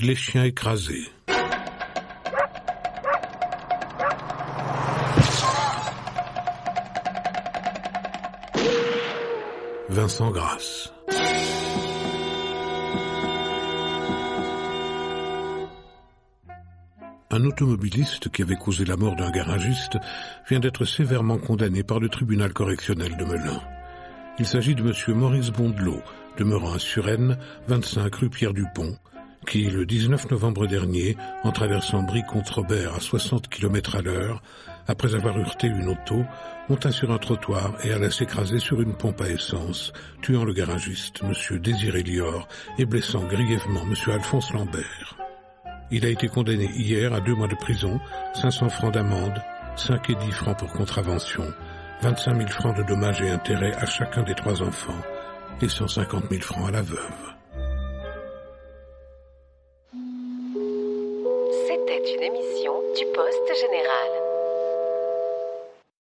les chiens écrasés. Vincent Grasse. Un automobiliste qui avait causé la mort d'un garagiste vient d'être sévèrement condamné par le tribunal correctionnel de Melun. Il s'agit de M. Maurice Bondelot, demeurant à Suresnes, 25 rue Pierre-Dupont, qui, le 19 novembre dernier, en traversant Brie-Contre-Robert à 60 km/h, après avoir heurté une auto, monta sur un trottoir et alla s'écraser sur une pompe à essence, tuant le garagiste, M. Désiré Lior, et blessant grièvement M. Alphonse Lambert. Il a été condamné hier à 2 mois de prison, 500 francs d'amende, 5 et 10 francs pour contravention, 25 000 francs de dommages et intérêts à chacun des 3 enfants et 150 000 francs à la veuve. C'était une émission du Poste Général.